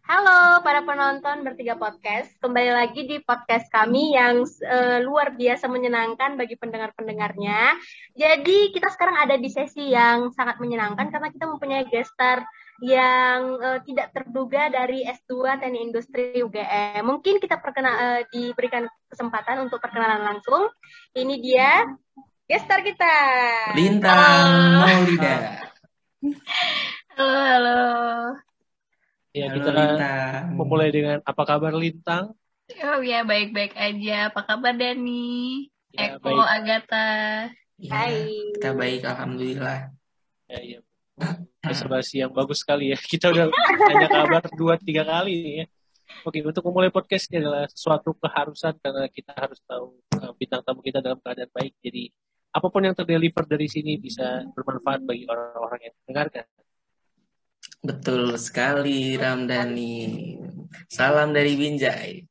Halo para penonton Bertiga Podcast, kembali lagi di podcast kami yang luar biasa menyenangkan bagi pendengar-pendengarnya. Jadi kita sekarang ada di sesi yang sangat menyenangkan karena kita mempunyai guest star yang tidak terduga dari S2 Teknik Industri UGM. Mungkin kita diberikan kesempatan untuk perkenalan langsung. Ini dia guest star kita. Lintang Halo. Maulida. Halo, halo. Ya, Halo kita Lintang. memulai dengan apa kabar Lintang? Oh ya, baik-baik aja. Apa kabar Dani? Ya, Eko, baik. Agatha. Ya, Hai. kita baik, alhamdulillah. Ya. Basa-basi yang bagus sekali ya. Kita udah tanya kabar 2-3 kali nih ya. Oke, untuk memulai podcast ini adalah suatu keharusan karena kita harus tahu bintang tamu kita dalam keadaan baik. Jadi, apapun yang terdeliver dari sini bisa bermanfaat bagi orang-orang yang mendengarkan. Betul sekali, Ramdhani. Salam dari Binjai.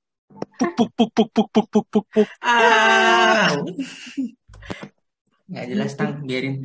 Puk. Ah, nggak jelas Tang, biarin.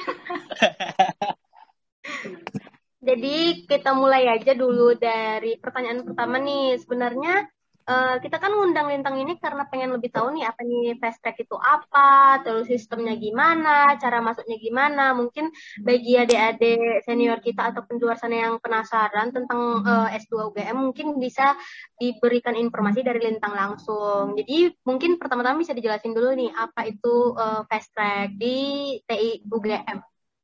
Jadi kita mulai aja dulu dari pertanyaan pertama nih. Sebenarnya kita kan ngundang Lintang ini karena pengen lebih tahu nih apa nih fast track itu apa, terus sistemnya gimana, cara masuknya gimana. Mungkin bagi adik-adik senior kita ataupun di luar sana yang penasaran tentang S2 UGM mungkin bisa diberikan informasi dari Lintang langsung. Jadi mungkin pertama-tama bisa dijelasin dulu nih apa itu fast track di TI UGM.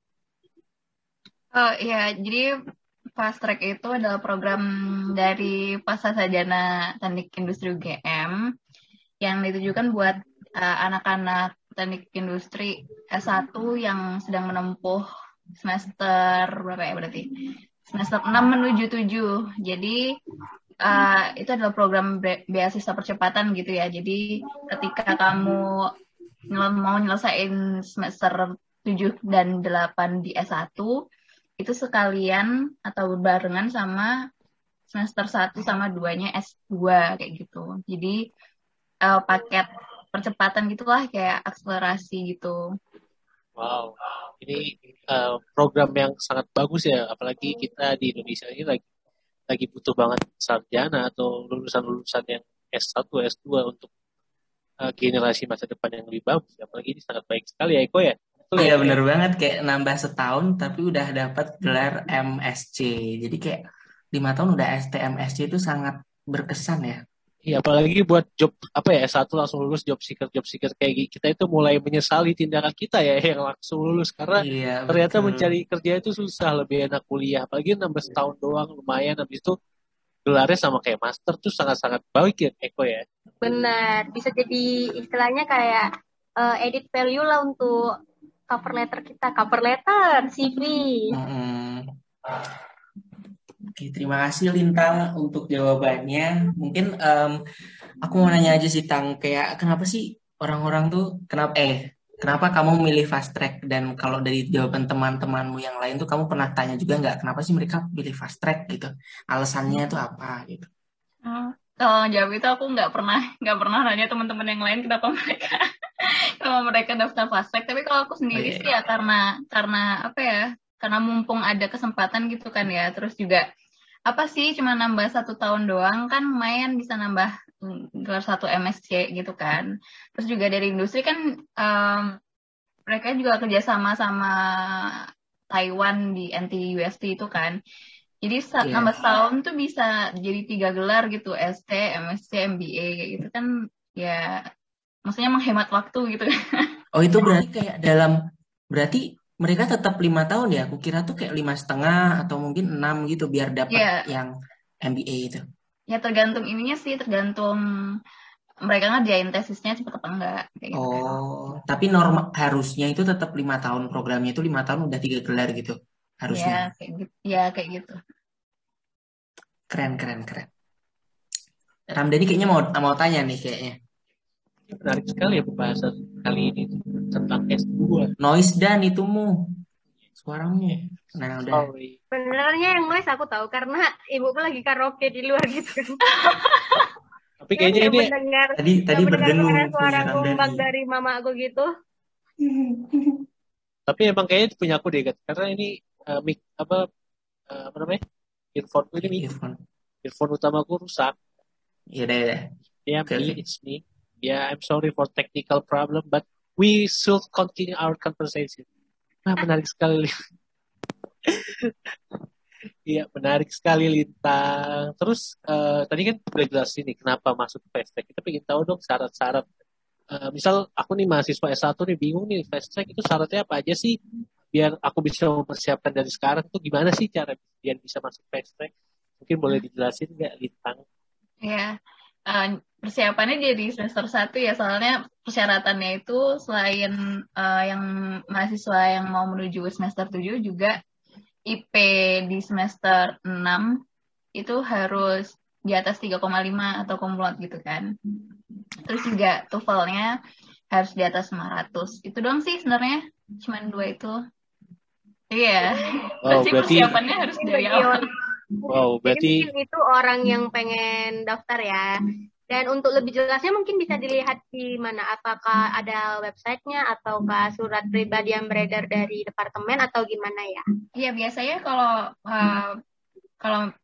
Oh iya, jadi Fast Track itu adalah program dari Pasca Sarjana Teknik Industri UGM yang ditujukan buat anak-anak teknik industri S1 yang sedang menempuh semester berapa ya berarti? Semester 6 menuju 7. Jadi itu adalah program beasiswa percepatan gitu ya. Jadi ketika kamu mau nyelesain semester 7 dan 8 di S1, itu sekalian atau barengan sama semester 1 sama 2-nya S2 kayak gitu. Jadi paket percepatan gitulah, kayak akselerasi gitu. Wow, ini program yang sangat bagus ya, apalagi kita di Indonesia ini lagi butuh banget sarjana atau lulusan-lulusan yang S1, S2 untuk generasi masa depan yang lebih bagus. Apalagi ini sangat baik sekali ya, Eko ya. Betul Iya ya? bener banget, kayak nambah setahun tapi udah dapat gelar MSc. Jadi kayak 5 tahun udah STMSc itu sangat berkesan ya. Iya, apalagi buat job apa ya, S1 langsung lulus job seeker kayak kita itu mulai menyesali tindakan kita ya yang langsung lulus karena Iya ternyata betul. mencari kerja itu susah, lebih enak kuliah. Apalagi nambah setahun doang lumayan, habis itu gelarnya sama kayak master tuh sangat-sangat baik ya Eko ya. Benar, bisa jadi istilahnya kayak edit value lah untuk cover letter kita, cover letter, CV. Oke, terima kasih Lintang untuk jawabannya. Mungkin aku mau nanya aja sih Tang, kayak kenapa sih orang-orang tuh kenapa kamu milih fast track, dan kalau dari jawaban teman-temanmu yang lain tuh kamu pernah tanya juga nggak kenapa sih mereka pilih fast track gitu? Alasannya tuh apa gitu? Kalau jawab itu aku nggak pernah nanya teman-teman yang lain kenapa mereka daftar Fast Track. Tapi kalau aku sendiri sih ya karena apa ya? Karena mumpung ada kesempatan gitu kan ya. Terus juga apa sih cuma nambah 1 tahun doang kan lumayan bisa nambah gelar 1 MSc gitu kan. Terus juga dari industri kan mereka juga kerjasama sama Taiwan di NTUST itu kan. Jadi nambah setahun tuh bisa jadi 3 gelar gitu, ST, MSc, MBA kayak gitu kan ya, maksudnya menghemat waktu gitu. Oh itu berarti berarti mereka tetap 5 tahun ya? Aku kira tuh kayak 5,5 atau mungkin 6 gitu biar dapat yang MBA itu. Ya tergantung ininya sih, tergantung mereka ngerjain tesisnya cepet apa enggak. Kayak gitu. Tapi norma harusnya itu tetap 5 tahun, programnya itu 5 tahun udah 3 gelar gitu harusnya. Ya kayak gitu. Keren. Ramdhani kayaknya mau tanya nih kayaknya. Menarik sekali ya pembahasan kali ini tentang S2. Noise dan itumu suaramu. Nah udah. Sebenarnya yang noise aku tahu karena ibuku lagi karaoke di luar gitu kan. Tapi kayaknya ini tadi berdengung suara gombang dari mama aku gitu. Tapi emang kayaknya punya aku deh, karena ini mic apa namanya? Earphone earphone utamaku rusak. Ya udah. Yeah, Oke, oke. it's me. Yeah, I'm sorry for technical problem, but we should continue our conversation. Menarik sekali. Iya, menarik sekali Lintang. Terus tadi kan udah jelasin nih kenapa masuk ke fast track. Kita pengen tahu dong syarat-syarat. Misal aku nih mahasiswa S1 nih bingung nih fast track itu syaratnya apa aja sih? Biar aku bisa mempersiapkan dari sekarang itu gimana sih cara biar bisa masuk fast track? Mungkin boleh dijelasin nggak Lintang? Ya, persiapannya jadi semester 1 ya, soalnya persyaratannya itu selain yang mahasiswa yang mau menuju semester 7 juga IP di semester 6 itu harus di atas 3,5 atau kumulat gitu kan. Terus juga TOEFL-nya harus di atas 500. Itu doang sih sebenarnya, cuman 2 itu. Iya, Wow, pasti berarti persiapannya harus dari awal. wow, Jadi berarti mungkin itu orang yang pengen daftar ya. Dan untuk lebih jelasnya mungkin bisa dilihat di mana, apakah ada websitenya ataukah surat pribadi yang beredar dari departemen atau gimana ya? Iya, biasanya kalau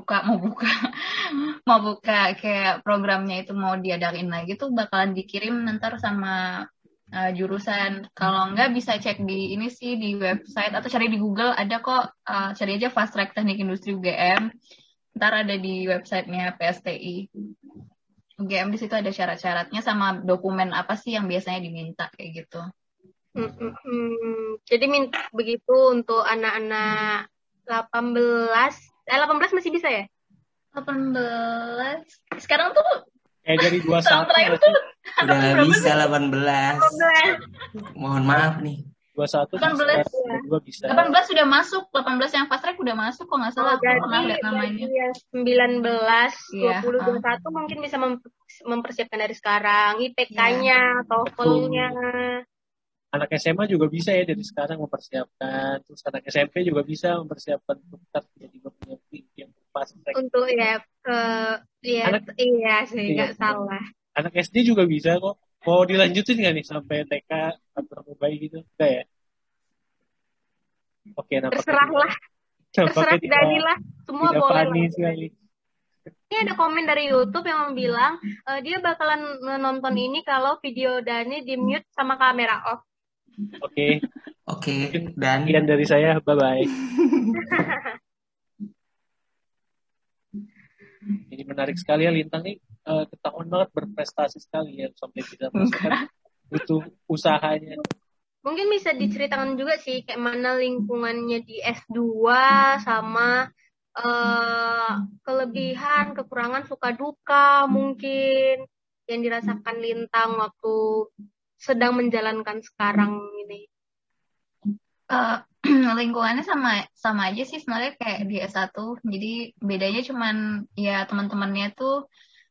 mau buka kayak programnya itu mau diadain lagi tuh bakalan dikirim ntar sama jurusan. Kalau enggak bisa cek di ini sih di website atau cari di Google, ada kok, cari aja Fast Track Teknik Industri UGM. Ntar ada di websitenya PSTI. UGM di situ ada syarat-syaratnya sama dokumen apa sih yang biasanya diminta kayak gitu. Jadi begitu untuk anak-anak 18 masih bisa ya? 18 sekarang tuh dari 21 terakhir masih tuh Udah nggak bisa 18. 18. Mohon maaf nih. 21 18 juga bisa. 18 sudah masuk, 18 yang fast track udah masuk kok nggak salah, aku pernah lihat namanya. Yang 19, Iya, 20, 21 mungkin bisa mempersiapkan dari sekarang IPK-nya, TOEFL-nya. Anak SMA juga bisa ya dari sekarang mempersiapkan. Terus anak SMP juga bisa mempersiapkan untuk jadi pemimpin yang fast track. Untuk iya sih nggak salah. Anak SD juga bisa kok. Mau dilanjutin nggak nih sampai TK atau bayi gitu? Enggak ya? Oke, terserah Danilah, semua boleh lah. Sekali. Ini ada komen dari YouTube yang bilang dia bakalan nonton ini kalau video Dani di mute sama kamera off. Oke, dan sekian dari saya, bye-bye. Ini menarik sekali ya Lintang nih, ketahuan banget berprestasi sekali ya sampai bisa masukkan butuh usahanya. Mungkin bisa diceritakan juga sih kayak mana lingkungannya di S2 sama kelebihan, kekurangan, suka duka mungkin yang dirasakan Lintang waktu sedang menjalankan sekarang ini. Lingkungannya sama aja sih sebenarnya kayak di S1. Jadi bedanya cuman ya teman-temannya tuh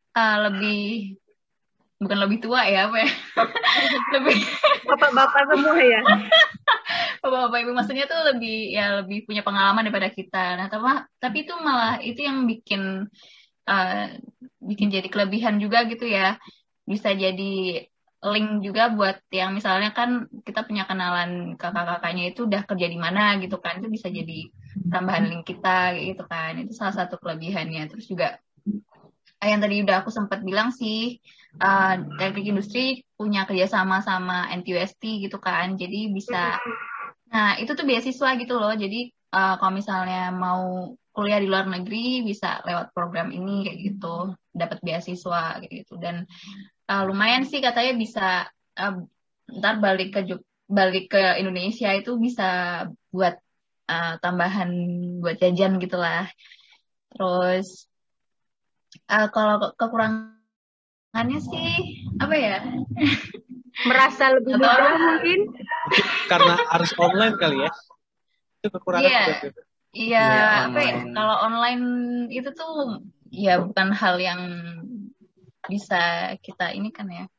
bukan lebih tua ya, apa ya? Lebih bapak-bapak semua ya. Bapak-bapak ibu maksudnya tuh lebih punya pengalaman daripada kita. Nah, tapi itu malah itu yang bikin jadi kelebihan juga gitu ya. Bisa jadi link juga buat yang misalnya kan kita punya kenalan kakak-kakaknya itu udah kerja di mana gitu kan, itu bisa jadi tambahan link kita gitu kan. Itu salah satu kelebihannya. Terus juga yang tadi udah aku sempat bilang sih, teknik industri punya kerjasama sama NTUST gitu kan, jadi bisa, nah itu tuh beasiswa gitu loh. Jadi kalau misalnya mau kuliah di luar negeri bisa lewat program ini kayak gitu, dapat beasiswa kayak gitu. Dan lumayan sih katanya bisa ntar balik ke Indonesia itu bisa buat tambahan buat jajan gitulah. Terus kalau kekurangannya sih apa ya? Merasa lebih mudah mungkin karena harus online kali ya. Itu kekurangan. Iya, apa ya? Kalau online itu tuh ya bukan hal yang bisa kita ini kan ya.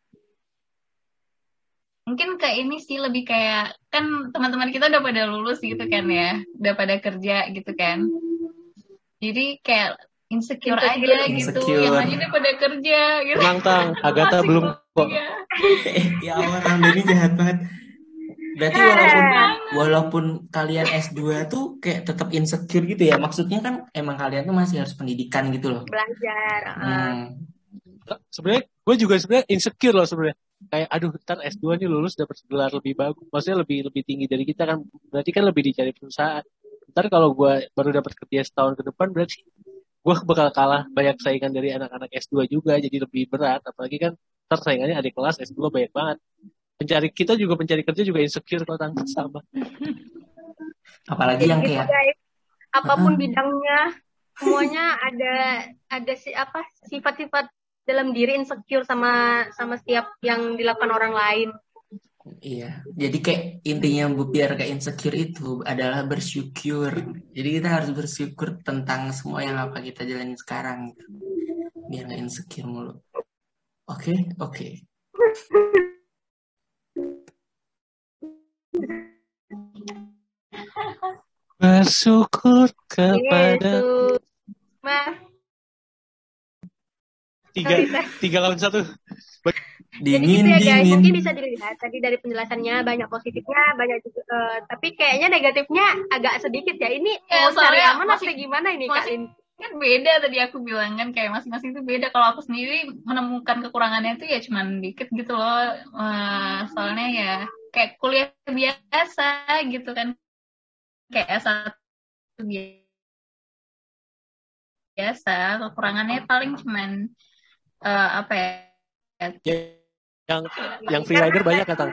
Mungkin ke ini sih lebih kayak kan teman-teman kita udah pada lulus gitu kan ya, udah pada kerja gitu kan. Jadi kayak insecure aja gitu, yang lain udah pada kerja gitu. Tenang Tang, Agatha belum kok. Ya Allah, Tang Deni jahat banget. Berarti walaupun kalian S2 tuh kayak tetap insecure gitu ya. Maksudnya kan emang kalian tuh masih harus pendidikan gitu loh. Belajar. Sebenarnya gue juga sebenarnya insecure loh sebenarnya. Kayak aduh ntar S2 nih lulus dapat gelar lebih bagus. Maksudnya lebih tinggi dari kita kan. Berarti kan lebih dicari perusahaan. Ntar kalau gue baru dapat kerja setahun ke depan berarti gue bakal kalah banyak saingan dari anak-anak S2 juga. Jadi lebih berat. Apalagi kan ntar saingannya adik kelas S2 banyak banget. Pencari kerja juga insecure kalau tanggung sama. Apalagi yang Gitu, kayak guys. Apapun bidangnya, semuanya ada sifat-sifat dalam diri insecure sama setiap yang dilakukan orang lain. iya. Jadi kayak intinya biar gak insecure itu adalah bersyukur. Jadi kita harus bersyukur tentang semua yang apa kita jalani sekarang gitu. Biar gak insecure mulu. Oke. Bersyukur kepada tiga lawan satu. Jadi gitu ya guys, mungkin bisa dilihat tadi dari penjelasannya banyak positifnya, banyak juga, tapi kayaknya negatifnya agak sedikit ya. Ini mau cari aman atau gimana ini Kak In? Kan beda tadi aku bilang kan kayak masing-masing itu beda. Kalau aku sendiri menemukan kekurangannya itu ya cuman dikit gitu loh. Soalnya ya kayak kuliah biasa gitu kan, kayak S1 biasa. Kekurangannya paling cuman apa ya? Yang free rider banyak kan?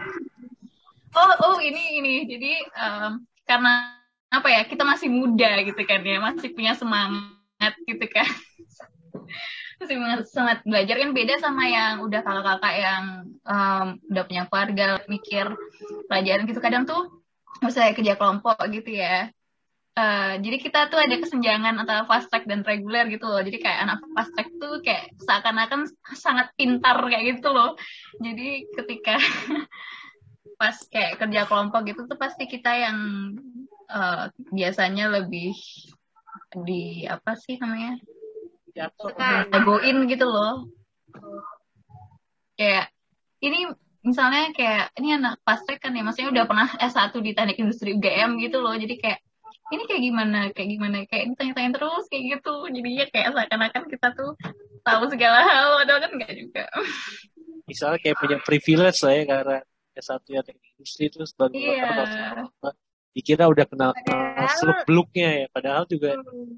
Ini jadi karena apa ya, kita masih muda gitu kan ya, masih punya semangat gitu kan. Masih semangat belajar kan, beda sama yang udah kakak-kakak yang udah punya keluarga, mikir pelajaran gitu. Kadang tuh misalnya kerja kelompok gitu ya, jadi kita tuh ada kesenjangan antara fast track dan reguler gitu loh. Jadi kayak anak fast track tuh kayak seakan-akan sangat pintar kayak gitu loh. Jadi ketika pas kayak kerja kelompok gitu tuh pasti kita yang biasanya lebih di apa sih namanya, jagoin gitu loh. Kayak ini misalnya kayak ini anak fast track kan ya, maksudnya udah pernah S1 di Teknik Industri UGM gitu loh. Jadi kayak ini kayak gimana kayak ditanya-tanya terus kayak gitu. Jadinya kayak seakan-akan kita tuh tahu segala hal, padahal kan enggak juga. Misalnya kayak punya privilege lah ya karena S1 ya Teknik Industri itu sebagai dikira udah kenal seluk-beluknya ya, padahal juga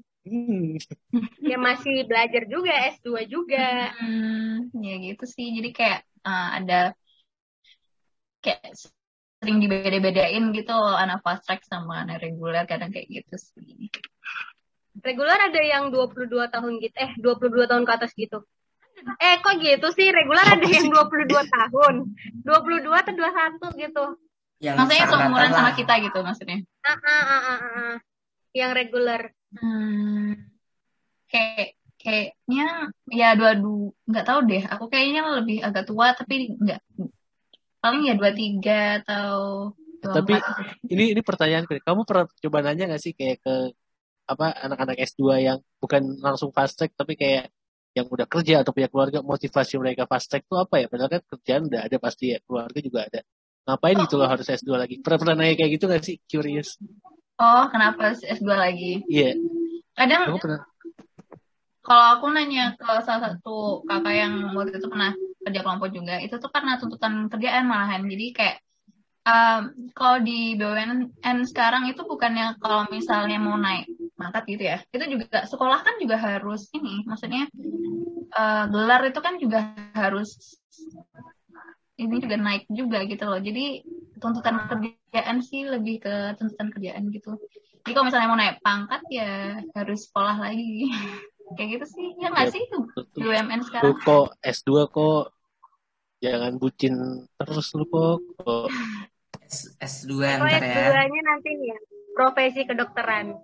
ya masih belajar juga, S2 juga. Ya gitu sih. Jadi kayak ada kayak sering dibeda-bedain gitu loh, anak fast track sama anak reguler, kadang kayak gitu sih. Reguler ada yang 22 tahun gitu, 22 tahun ke atas gitu. Kok gitu sih? Reguler ada yang 22 tahun. 22 atau 21 gitu. Yang maksudnya seumuran sama kita gitu maksudnya. Yang reguler. Kayaknya ya 22, nggak tahu deh. Aku kayaknya lebih agak tua tapi nggak, paling ya 23 atau 24. Tapi ini pertanyaan, kamu pernah coba nanya nggak sih kayak ke anak-anak S2 yang bukan langsung fast track tapi kayak yang udah kerja atau punya keluarga, motivasi mereka fast track itu apa ya? Padahal kan kerjaan udah ada pasti ya, keluarga juga ada. Ngapain gitu loh harus S2 lagi? Pernah nanya kayak gitu nggak sih? Curious. Oh, kenapa S2 lagi? Iya. Kadang kalau aku nanya ke salah satu kakak yang waktu itu pernah kerja kelompok juga, itu tuh karena tuntutan kerjaan malahan. Jadi kayak kalau di BUMN sekarang itu bukannya kalau misalnya mau naik mangkat gitu ya, itu juga sekolah kan juga harus ini, maksudnya gelar itu kan juga harus ini juga naik juga gitu loh. Jadi tuntutan kerjaan sih lebih ke tuntutan kerjaan gitu. Jadi kalau misalnya mau naik pangkat ya harus sekolah lagi. Kayak gitu sih, ya nggak sih BUMN sekarang? Lu kok S2 kok jangan bucin terus lu kok. S2 ntar ya. S2-nya nanti ya, profesi kedokteran.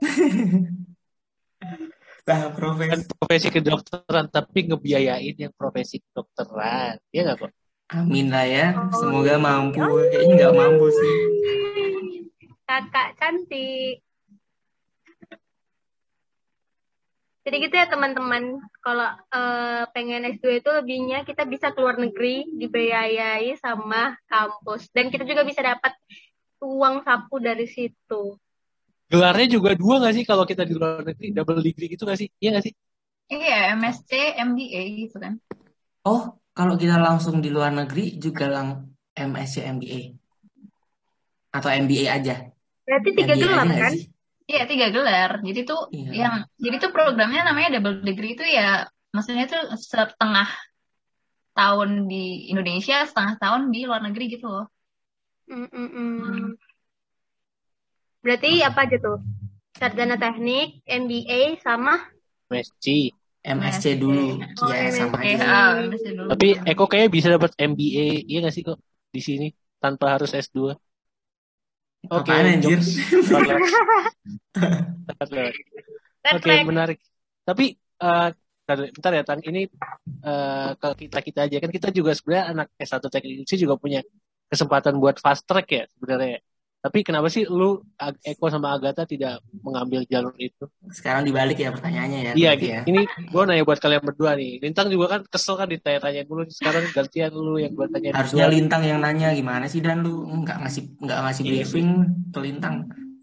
Nah, profesi kedokteran tapi ngebiayain yang profesi kedokteran. Iya nggak kok? Amin lah ya, semoga mampu. Kayaknya nggak mampu sih. Kakak cantik. Jadi gitu ya teman-teman, kalau pengen S2 itu lebihnya kita bisa keluar negeri, dibiayai sama kampus. Dan kita juga bisa dapat tuang sapu dari situ. Gelarnya juga 2 nggak sih kalau kita di luar negeri, double degree gitu nggak sih? Iya nggak sih? Iya, MSc, MBA gitu kan. Oh, kalau kita langsung di luar negeri juga MSc MBA atau MBA aja? Berarti 3 MBA aja gelar nggak kan? sih? Iya, 3 gelar. Iya. Jadi tuh programnya namanya double degree itu ya, maksudnya tuh setengah tahun di Indonesia, setengah tahun di luar negeri gitu loh. Berarti apa aja tuh? Sarjana teknik, MBA, sama MSc. MSc dulu, ya sama MSc. aja. MSc dulu. Tapi Eko kayaknya bisa dapat MBA, iya nggak sih kok di sini tanpa harus S2. Oke, Apaan anjir? Oke, menarik. Tapi bentar ya, Tang. Ini kalau kita aja kan kita juga sebenarnya anak S1 Teknik Industri juga punya kesempatan buat fast track ya sebenarnya. Tapi kenapa sih lu Eko sama Agatha tidak mengambil jalur itu? Sekarang dibalik ya pertanyaannya ya. Iya, ya. ini gue nanya buat kalian berdua nih. Lintang juga kan kesel kan ditanya-tanya dulu. Sekarang gantian lu yang buat tanya. Harusnya Lintang yang nanya gimana sih, dan lu nggak ngasih briefing ke Lintang.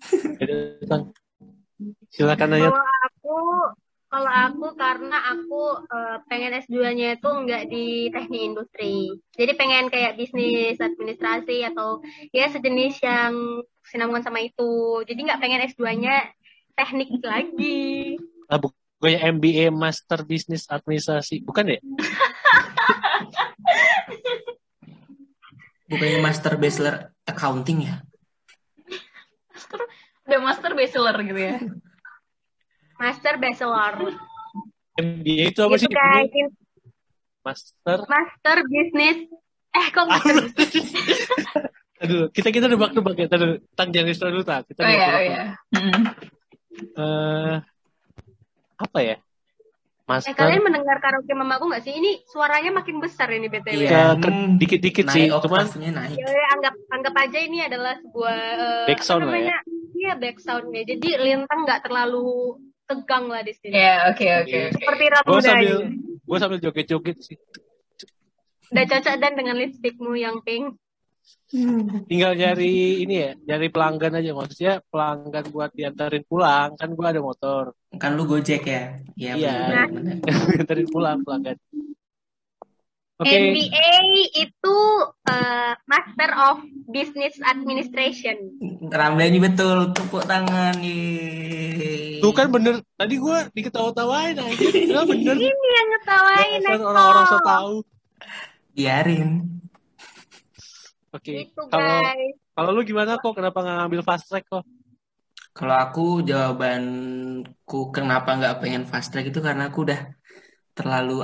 Silakan nanya. Kalau aku karena aku pengen S2-nya itu nggak di teknik industri. Jadi pengen kayak bisnis administrasi atau ya sejenis yang sinambungan sama itu. Jadi nggak pengen S2-nya teknik lagi. Bukannya MBA Master Business Administrasi, bukan ya? Bukannya Master Bachelor Accounting ya? Udah Master Bachelor gitu ya. Master Bachelor. MBA itu apa gitu sih? Guys. Master Business. Kok Master? Aduh, kita nebak-nebak ya. Tang jangan dulu tak. Kita iya. Apa ya? Master. Kalian mendengar karaoke mamaku nggak sih? Ini suaranya makin besar ini BTW. Iya, dikit-dikit sih. Cuman naik. Ya, anggap aja ini adalah sebuah background lah ya. Iya, backsoundnya. Jadi Lintang nggak terlalu tegang lah di sini. Ya, oke. Seperti ratu Gue sambil joget-joget sih. Udah cocok dan dengan lipstikmu yang pink. Tinggal nyari pelanggan aja. Maksudnya pelanggan buat diantarin pulang. Kan gue ada motor. Kan lu Gojek ya? Iya. Diantarin pulang pelanggan. Okay. MBA itu Master of Business Administration. Ramdhani betul, tepuk tangan nih. Tuh kan bener, tadi gue diketawa-tawain aja. Nah, bener. Ini yang ngetawain kan orang-orang so tahu. Biarin. Oke. Kalau lu gimana kok? Kenapa nggak ngambil fast track kok? Kalau aku jawabanku kenapa nggak pengen fast track itu karena aku udah terlalu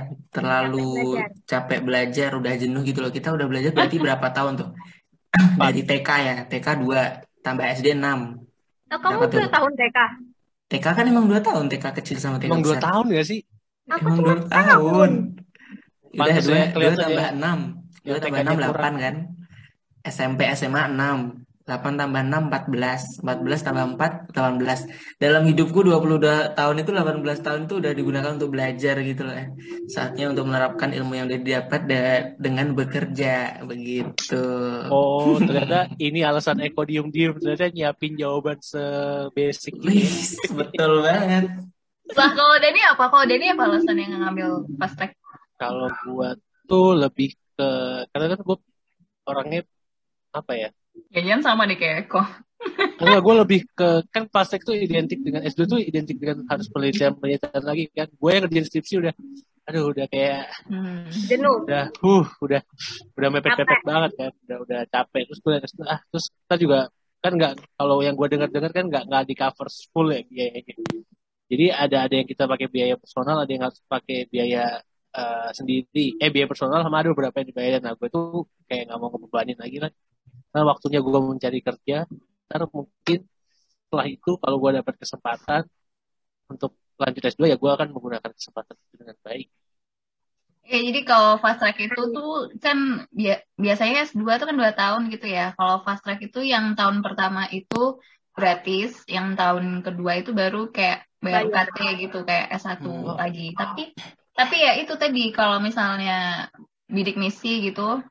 capek belajar, udah jenuh gitu loh. Kita udah belajar berarti berapa tahun tuh? Dari TK ya, TK 2 tambah SD 6. Kamu 2 tahun TK? TK kan emang 2 tahun, TK kecil sama TK emang besar. Emang 2 tahun gak sih? Emang 2 tahun. Udah 2 tambah 6. 2 tambah 6 8 kan? SMP SMA 6. 8 tambah 6, 14. 14 tambah 4, 18. Dalam hidupku 22 tahun itu, 18 tahun itu udah digunakan untuk belajar gitu loh. Saatnya untuk menerapkan ilmu yang udah didapat dengan bekerja, begitu. Oh, ternyata ini alasan Eko diem-diem. Ternyata nyiapin jawaban sebasic ini. Betul banget. Lah, kalau Denny apa? Alasan yang ngambil fast track? Kalau buat tuh lebih ke... Karena kan gue orangnya apa ya? Jangan sama deh kayak Eko. Enggak, gue lebih ke kan fast track tuh identik dengan S2 tuh identik dengan harus penelitian lagi kan. Gue yang ngerjain skripsi udah kayak jenuh. Udah mepet-mepet banget kan. Udah capek. Terus kita juga kan nggak, kalau yang gue dengar kan nggak di cover full ya biayanya. Jadi ada yang kita pakai biaya personal, ada yang harus pakai biaya sendiri. Biaya personal sama ada beberapa yang dibayar. Nah, gue tuh kayak nggak mau ngebebanin lagi lah. Nah, waktunya gue mencari kerja, ntar mungkin setelah itu kalau gue dapat kesempatan untuk lanjut S2 ya gue akan menggunakan kesempatan itu dengan baik. Ya, jadi kalau fast track itu tuh kan biasanya S2 tuh kan 2 tahun gitu ya. Kalau fast track itu yang tahun pertama itu gratis, yang tahun kedua itu baru kayak bayar UKT gitu, kayak S1 lagi. Tapi ya itu tadi kalau misalnya bidik misi gitu,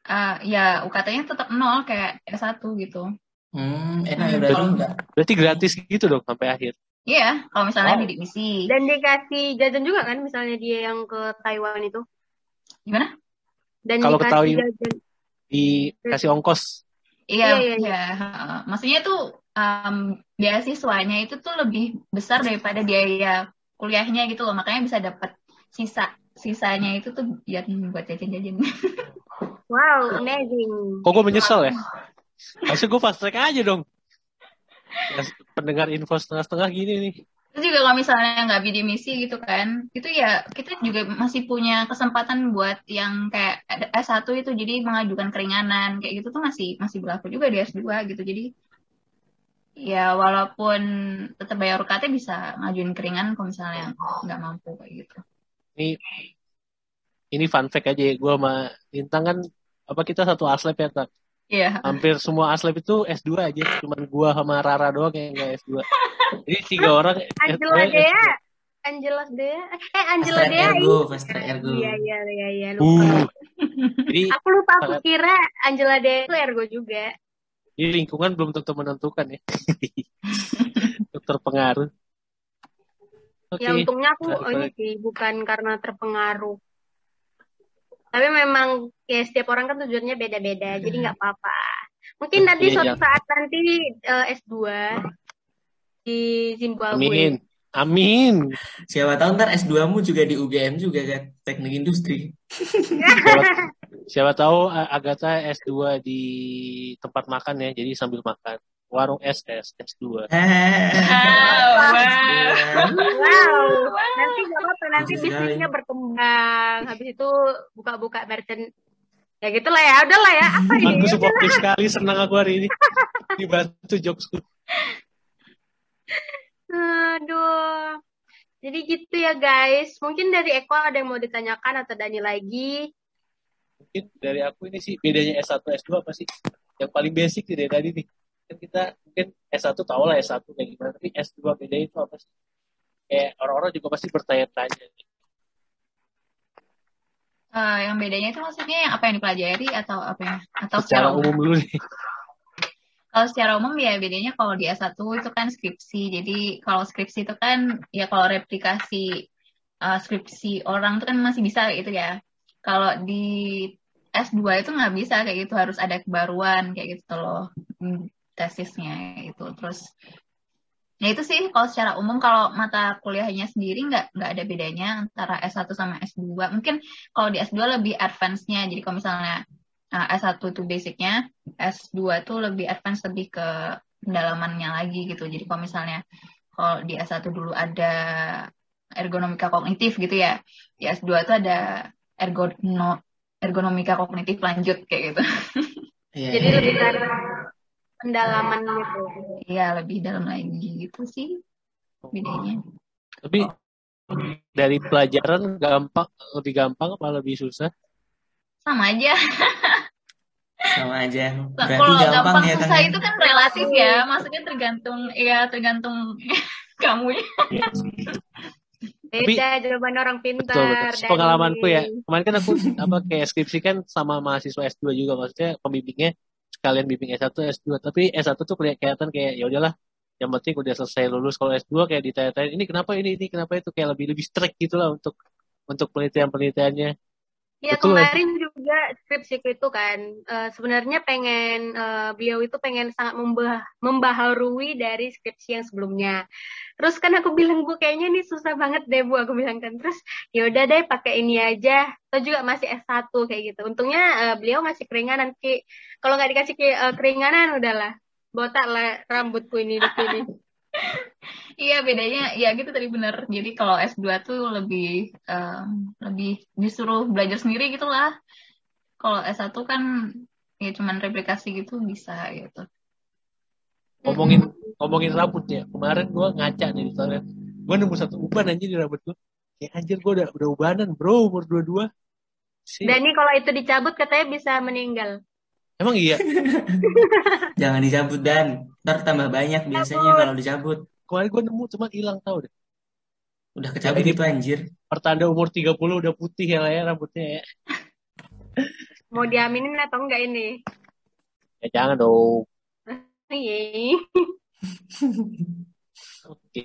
Ya UKT-nya tetap 0 kayak S1 gitu. Enak ya berarti enggak. Berarti gratis gitu dong sampai akhir. Iya, kalau misalnya Wow. bidik misi. Dan dikasih jajan juga kan, misalnya dia yang ke Taiwan itu. Gimana? Dan Kalau dikasih ketahui jajan. dikasih ongkos. Iya, Iya. iya. Maksudnya tuh beasiswanya itu tuh lebih besar daripada biaya kuliahnya gitu loh. Makanya bisa dapat sisanya itu tuh biar buat jajan-jajan. Wow, amazing. Kok gue menyesal ya? Harusnya gue fast track aja dong. Ya, pendengar info setengah-setengah gini nih. Terus juga kalau misalnya nggak bidik misi gitu kan, itu ya kita juga masih punya kesempatan buat yang kayak S1 itu, jadi mengajukan keringanan kayak gitu tuh masih berlaku juga di S2 gitu. Jadi ya walaupun tetap bayar UKT bisa ngajuin keringanan kalau misalnya nggak mampu kayak gitu. Ini fun fact aja ya. Gue sama Lintang kan kita satu aslep ya, Tak? Iya. Hampir semua aslep itu S2 aja. Cuman gue sama Rara doang yang nggak S2. Jadi 3 orang Angela Dea. Angela Dea. Fast track ergo. Iya, lupa. Jadi Aku lupa, aku kira Angela Dea itu ergo juga. Jadi lingkungan belum tentu menentukan ya. Terpengaruh. Ya untungnya aku ini sih bukan karena terpengaruh. Tapi memang ya setiap orang kan tujuannya beda-beda, jadi nggak apa-apa. Mungkin nanti suatu saat nanti S2 di Zimbabwe. Amin. Siapa tahu ntar S2-mu juga di UGM juga kan, teknik industri. Siapa tahu Agatha S2 di tempat makan ya, jadi sambil makan. Warung SS S2. Wow. Nanti gak apa-apa, nanti bisnisnya berkembang. Habis itu buka-buka merchant. Ya gitulah ya, udahlah ya. Apa ini? Aku supportif sekali, senang aku hari ini. Dibantu jokesku. Aduh. Jadi gitu ya guys. Mungkin dari Eko ada yang mau ditanyakan atau Dani lagi? Mungkin dari aku ini sih bedanya S1 S2 apa sih? Yang paling basic dari tadi nih. Kan kita mungkin S1 tau lah S1 kayak gimana, tapi S2 bedanya itu apa sih? Kayak orang-orang juga pasti bertanya-tanya. Yang bedanya itu maksudnya yang apa yang dipelajari atau apa ya? Atau secara umum dulu nih. Kalau secara umum ya bedanya kalau di S1 itu kan skripsi. Jadi kalau skripsi itu kan ya kalau replikasi skripsi orang itu kan masih bisa gitu ya. Kalau di S2 itu nggak bisa kayak gitu, harus ada kebaruan kayak gitu loh tesisnya itu. Terus ya itu sih kalau secara umum. Kalau mata kuliahnya sendiri nggak ada bedanya antara S1 sama S2. Mungkin kalau di S2 lebih advance-nya. Jadi kalau misalnya S1 itu basicnya, S2 tuh lebih advance, lebih ke pendalamannya lagi gitu. Jadi kalau misalnya kalau di S1 dulu ada ergonomika kognitif gitu ya, di S2 tuh ada ergonomika kognitif lanjut kayak gitu. Jadi lebih karena pendalaman gitu. Iya, lebih dalam lagi gitu sih bedanya. Tapi dari pelajaran lebih gampang apa lebih susah? Sama aja. Sama aja. Berarti kalau gampang ya, susah itu kan relatif ya. Maksudnya tergantung kamu. Beda jawaban orang pintar. Betul. Pengalamanku ya. Kemarin kan aku kayak skripsi kan sama mahasiswa S2 juga, maksudnya pembimbingnya sekalian bimbing S1 S2. Tapi S1 tuh kelihatan kayak ya udahlah, yang penting udah selesai lulus. Kalau S2 kayak ditanya-tanya ini kenapa ini kenapa itu, kayak lebih strict gitulah untuk penelitiannya. Ya betul, kemarin juga skripsiku itu kan sebenarnya beliau itu pengen sangat membaharui dari skripsi yang sebelumnya. Terus kan aku bilang, Bu kayaknya ini susah banget deh Bu, aku bilang kan. Terus ya udah deh pakai ini aja. Atau juga masih S1 kayak gitu. Untungnya beliau masih keringanan. Kalau nggak dikasih keringanan udahlah botak lah rambutku ini di sini. Iya bedanya ya gitu tadi bener. Jadi kalau S2 tuh lebih disuruh belajar sendiri gitu lah. Kalau S1 kan ya cuman replikasi gitu bisa gitu. Ngomongin rambutnya, kemarin gue ngaca nih di toilet, gue nemu satu uban aja di rambut gue. Ya anjir, gue udah ubanan bro, umur 22. Dan ini kalau itu dicabut katanya bisa meninggal. Emang iya? Jangan dicabut Dan, ntar tambah banyak biasanya kalau dicabut. Kemarin gue nemu cuma hilang tahu deh. Udah kecabut itu anjir. Pertanda umur 30 udah putih ya lah ya rambutnya ya. Mau diaminin atau enggak ini? Ya jangan dong. Iya. Oke.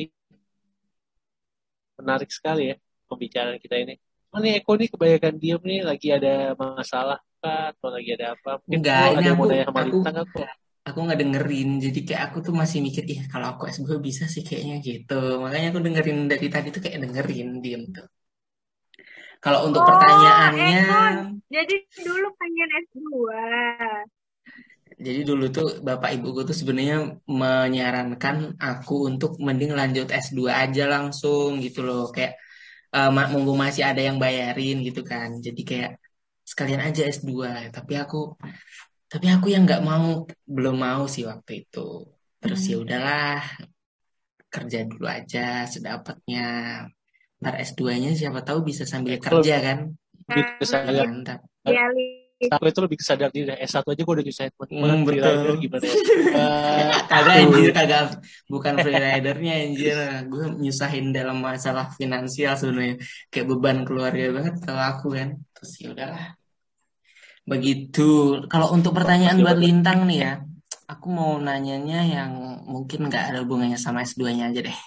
Menarik sekali ya pembicaraan kita ini. Oh, nih Eko nih kebanyakan diem nih, lagi ada masalah kah atau lagi ada apa? Mungkin Enggak, lo ini ada yang mau aku nanya sama aku Lintang aku. aku nggak dengerin. Jadi kayak aku tuh masih mikir, ih kalau aku S2 bisa sih kayaknya gitu. Makanya aku dengerin dari tadi tuh kayak dengerin diem tuh. Kalau untuk Oh, pertanyaannya, Eko. Jadi dulu pengen S2. jadi dulu tuh bapak ibuku tuh sebenarnya menyarankan aku untuk mending lanjut S2 aja langsung gitu loh. Kayak mumpung masih ada yang bayarin gitu kan. Jadi kayak sekalian aja S2. Tapi aku yang nggak mau, belum mau sih waktu itu. Terus ya udahlah, kerja dulu aja sedapatnya. Ntar S2-nya siapa tahu bisa sambil Eko kerja kan. lebih kesadar. Mantap. Ya, Aku itu lebih kesadar diri. S1 aja gue udah nyusahin teman-teman freerider Betul. gimana ya. Kagak anjir, Aduh. kagak, bukan freeridernya anjir. Gue nyusahin dalam masalah finansial sebenarnya. Kayak beban keluarga banget kalau aku kan. Terus ya udahlah. Begitu. Kalau untuk pertanyaan buat Lintang nih ya, aku mau nanyanya yang mungkin nggak ada hubungannya sama S2-nya aja deh.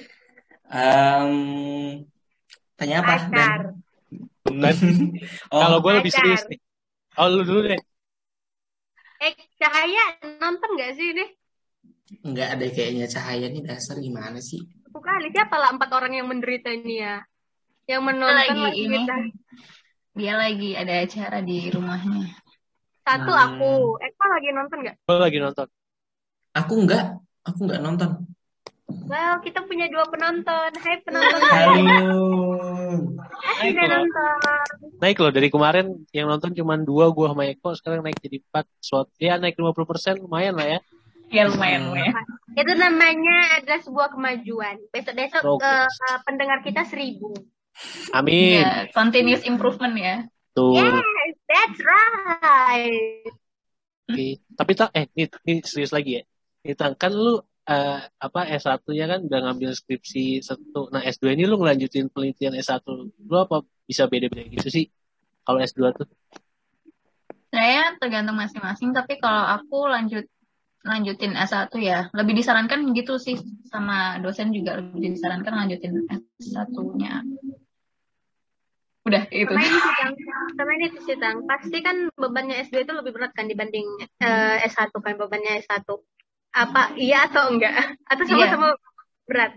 Tanya apa, Dan? pacar. Bukan. Kalau Oh, gue lebih serius nih. Oh, lu dulu deh. Cahaya nonton nggak sih ini? nggak ada kayaknya Cahaya nih, dasar gimana sih? Kali siapa lah 4 orang yang menderita ini ya? Yang Dia menonton lagi lagi ini, kita. dia lagi ada acara di rumahnya. Satu aku. Eko lagi nonton nggak? Gue lagi nonton. Aku nggak nonton. Wow, kita punya 2 penonton. Hai penonton. Halo. Naik Sudah loh. nonton. Naik loh, dari kemarin yang nonton cuma 2, gue sama Eko, sekarang naik jadi 4. Ya naik 50%, lumayan lah ya. Ya lumayan. Itu namanya adalah sebuah kemajuan. Besok-besok Progress. pendengar kita 1000. Amin. Ya, continuous improvement ya. Tuh. Yes, that's right. Oke. Tapi ini serius lagi ya. Ini kan lu S1-nya kan udah ngambil skripsi 1. Nah, S2 ini lu ngelanjutin penelitian S1. Lu apa bisa beda-beda gitu sih kalau S2 tuh? Saya tergantung masing-masing, tapi kalau aku lanjutin S1 ya, lebih disarankan gitu sih, sama dosen juga lebih disarankan lanjutin S1-nya. Udah itu. Sama ini sih, Tang. Pasti kan bebannya S2 itu lebih berat kan dibanding S1 kan, bebannya S1. Apa iya atau enggak? Atau sama-sama berat?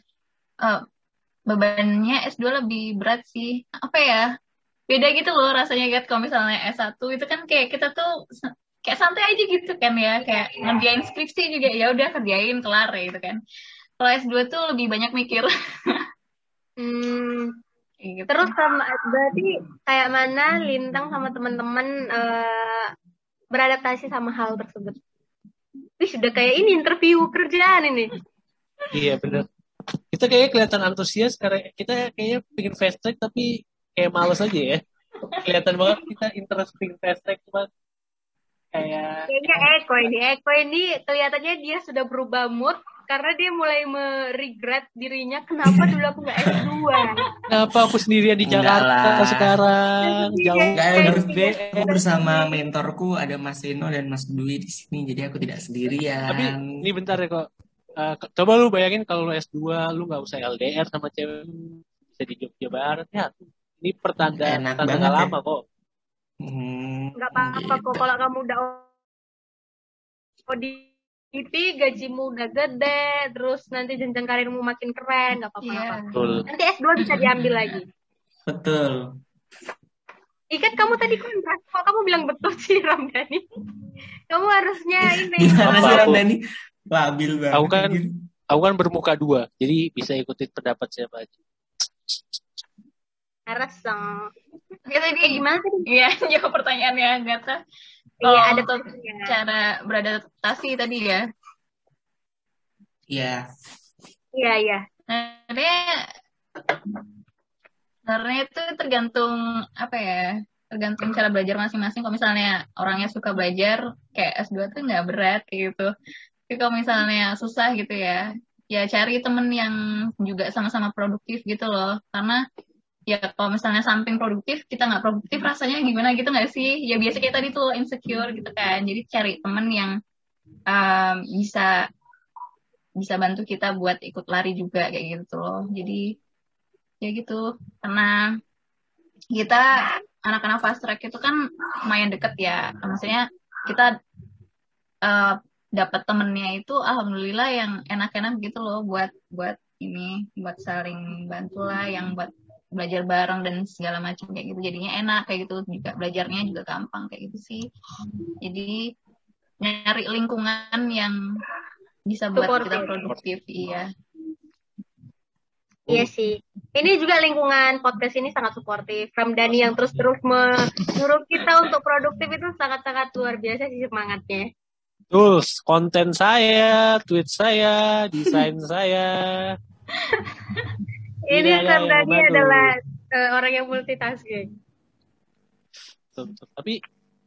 Bebannya S2 lebih berat sih. Apa ya? Beda gitu loh rasanya, Gat. Kalau misalnya S1 itu kan kayak kita tuh kayak santai aja gitu kan ya, kayak ngerjain skripsi juga ya udah kerjain kelar ya gitu kan. Kalau S2 tuh lebih banyak mikir. Gitu. Terus berarti kayak mana Lintang sama teman-teman beradaptasi sama hal tersebut? Wih, sudah kayak ini interview kerjaan ini. Iya benar. Kita kayaknya kelihatan antusias karena kita kayaknya bikin fast track tapi kayak males aja ya. Kelihatan banget kita interesting fast track, cuma kayaknya Eko ini kelihatannya dia sudah berubah mood karena dia mulai meregret dirinya, kenapa dulu aku nggak S2. Kenapa aku sendirian di Jakarta sekarang? Jauh banget. Aku bersama mentorku ada Mas Eno dan Mas Dwi di sini, jadi aku tidak sendirian. Tapi ini bentar ya kok. Coba lu bayangin kalau lu S2 lu nggak usah LDR sama cewek, bisa di Jogja Barat ya. Ini pertanda nggak lama kok. Nggak apa-apa kok kalau kamu udah ODP, gajimu udah gede, terus nanti jenjang karirmu makin keren, nggak apa-apa. Nanti S2 bisa diambil lagi. Betul. Ikan kamu tadi kontrak, kok kamu bilang betul sih Ramdhani? Kamu harusnya ini. Gimana sih Ramdhani? Labil banget. Aku kan bermuka 2, jadi bisa ikutin pendapat siapa aja. Reseng. Gimana tadi? Iya, jawab pertanyaannya, Gata. Iya, ada cara beradaptasi tadi ya. Iya. Iya. Sebenarnya itu tergantung tergantung cara belajar masing-masing. Kalau misalnya orangnya suka belajar, kayak S2 tuh nggak berat kayak gitu. Tapi kalau misalnya susah gitu ya cari temen yang juga sama-sama produktif gitu loh. Karena ya kalau misalnya samping produktif kita nggak produktif rasanya gimana gitu nggak sih? Ya biasa kayak tadi tuh insecure gitu kan. Jadi cari temen yang bisa bantu kita buat ikut lari juga kayak gitu loh. Jadi ya gitu, karena kita anak-anak fast track itu kan lumayan deket ya. Maksudnya kita dapat temennya itu alhamdulillah yang enak-enak gitu loh buat buat saling bantu lah, yang buat belajar bareng dan segala macam kayak gitu. Jadinya enak kayak gitu, juga belajarnya juga gampang kayak gitu sih. Jadi nyari lingkungan yang bisa buat kita produktif. Iya. Iya sih. Ini juga lingkungan podcast ini sangat suportif. Ramdhani yang terus menyuruh kita untuk produktif itu sangat-sangat luar biasa sih semangatnya. Tools, konten saya, tweet saya, desain saya. Ini Ramdhani adalah orang yang multitasking. Tapi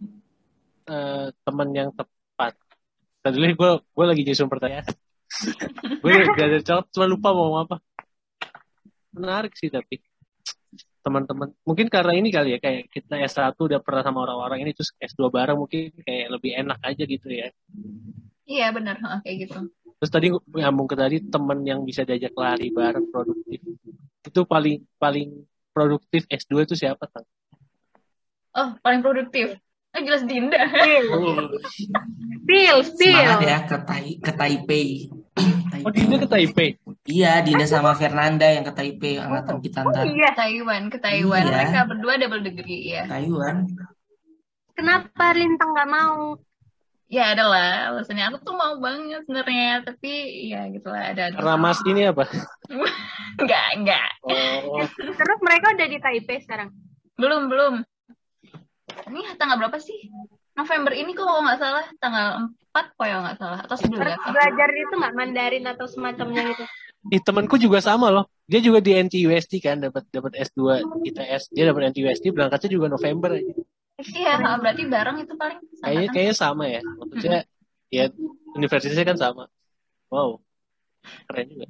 teman yang tepat. Tadi gue lagi nyusun pertanyaan. Gue gak ada cakap, cuma lupa mau ngomong apa. Menarik sih tapi teman-teman. Mungkin karena ini kali ya, kayak kita S1 udah pernah sama orang-orang ini, terus S2 bareng mungkin kayak lebih enak aja gitu ya. Iya benar, kayak gitu. Terus tadi nyambung ke tadi teman yang bisa diajak lari bareng produktif. Itu paling produktif S2 itu siapa, Tang? Oh, paling produktif. Jelas Dinda. Spill. Semangat ya ke Taipei. Oh, Dinda ke Taipei? Iya, Dinda sama Fernanda yang ke Taipei, angkatan kita ntar. Iya. Ke Taiwan. Iya. Mereka berdua double degree ya. Taiwan. Kenapa Lintang nggak mau? Ya adalah alasannya, aku tuh mau banget sebenarnya, tapi ya gitulah ada. Karena Mas ini apa? Enggak. Oh. Terus mereka udah di Taipei sekarang? Belum. Ini tanggal berapa sih? November ini kok kalau nggak salah, tanggal 4 kok ya nggak salah, atau 11. Belajar itu nggak Mandarin atau semacamnya gitu? Temanku juga sama loh. Dia juga di NTUSD kan, dapat S2 ITS. Dia dapat NTUSD, berangkatnya juga November aja. Iya, berarti bareng itu paling sama. Kayaknya sama ya. Maksudnya ya universitasnya kan sama. Wow. Keren juga.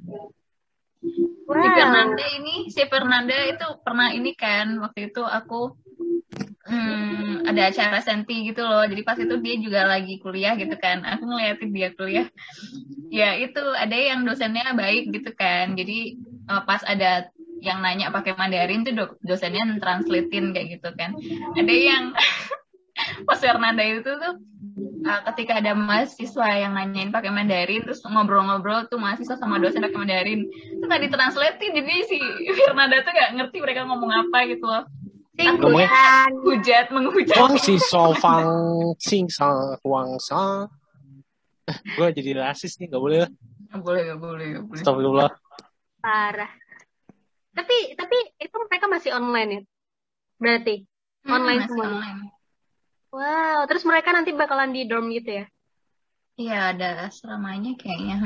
Wow. Si Fernanda itu pernah ini kan, waktu itu aku ada acara senti gitu loh, jadi pas itu dia juga lagi kuliah gitu kan, aku ngeliatin dia kuliah, ya itu ada yang dosennya baik gitu kan, jadi pas ada yang nanya pakai Mandarin tuh dosennya translatein kayak gitu kan, ada yang pas Fernanda itu tuh ketika ada mahasiswa yang nanyain pakai Mandarin, terus ngobrol-ngobrol tuh mahasiswa sama dosen pakai Mandarin, itu nggak ditranslatein, jadi si Fernanda tuh nggak ngerti mereka ngomong apa gitu loh. Menghujat. Wang si so fang sing sang huang sa. Gue jadi rasis nih, nggak boleh lah. Nggak boleh. Astagfirullah. Parah. Tapi itu mereka masih online ya? Berarti online semuanya. Wow, terus mereka nanti bakalan di dorm gitu ya? Iya, ada asramanya kayaknya.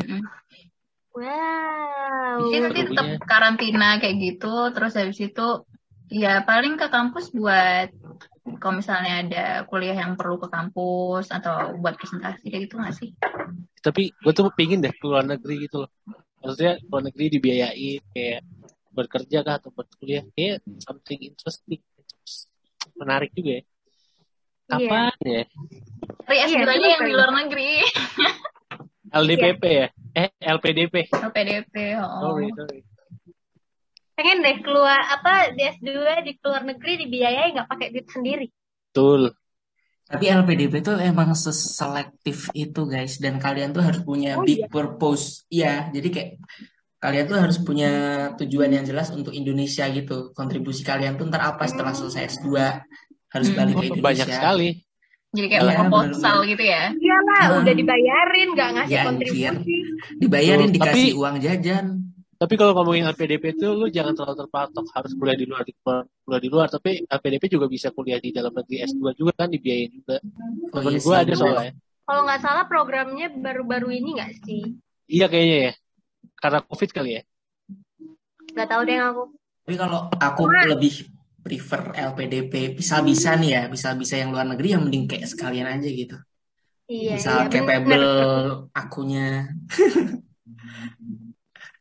Wow. Jadi nanti tetap karantina kayak gitu, terus habis itu ya paling ke kampus buat kalau misalnya ada kuliah yang perlu ke kampus atau buat presentasi kayak gitu nggak sih? Tapi gue tuh pingin deh ke luar negeri gitu loh. Maksudnya luar negeri dibiayain kayak buat kerja kah atau buat kuliah, kayak something interesting, menarik juga ya. Kapan ya? Dari S2-nya yang di luar negeri. LDPP ya? LPDP. LPDP. Sorry. Pengen deh keluar di S2 di luar negeri dibiayai nggak pakai duit sendiri. Betul. Tapi LPDP tuh emang seselektif itu guys, dan kalian tuh harus punya big purpose. Iya, jadi kayak kalian tuh harus punya tujuan yang jelas untuk Indonesia gitu. Kontribusi kalian tuh ntar apa setelah selesai S2, harus balik ke Indonesia. Banyak sekali. Jadi kayak proposal gitu ya. Iyalah, udah dibayarin nggak ngasih kontribusi. Dibayarin, dikasih uang jajan. Tapi kalau ngomongin LPDP itu lu jangan terlalu terpatok harus kuliah di luar, tapi LPDP juga bisa kuliah di dalam negeri S2 juga kan, dibiayain juga. Temen gue ada soalnya. Kalau nggak salah programnya baru-baru ini nggak sih? Iya kayaknya ya. Karena COVID kali ya. Nggak tahu deh aku. Tapi kalau aku lebih prefer LPDP, bisa nih ya, bisa yang luar negeri yang mending kayak sekalian aja gitu. Iya. Misal capable akunya.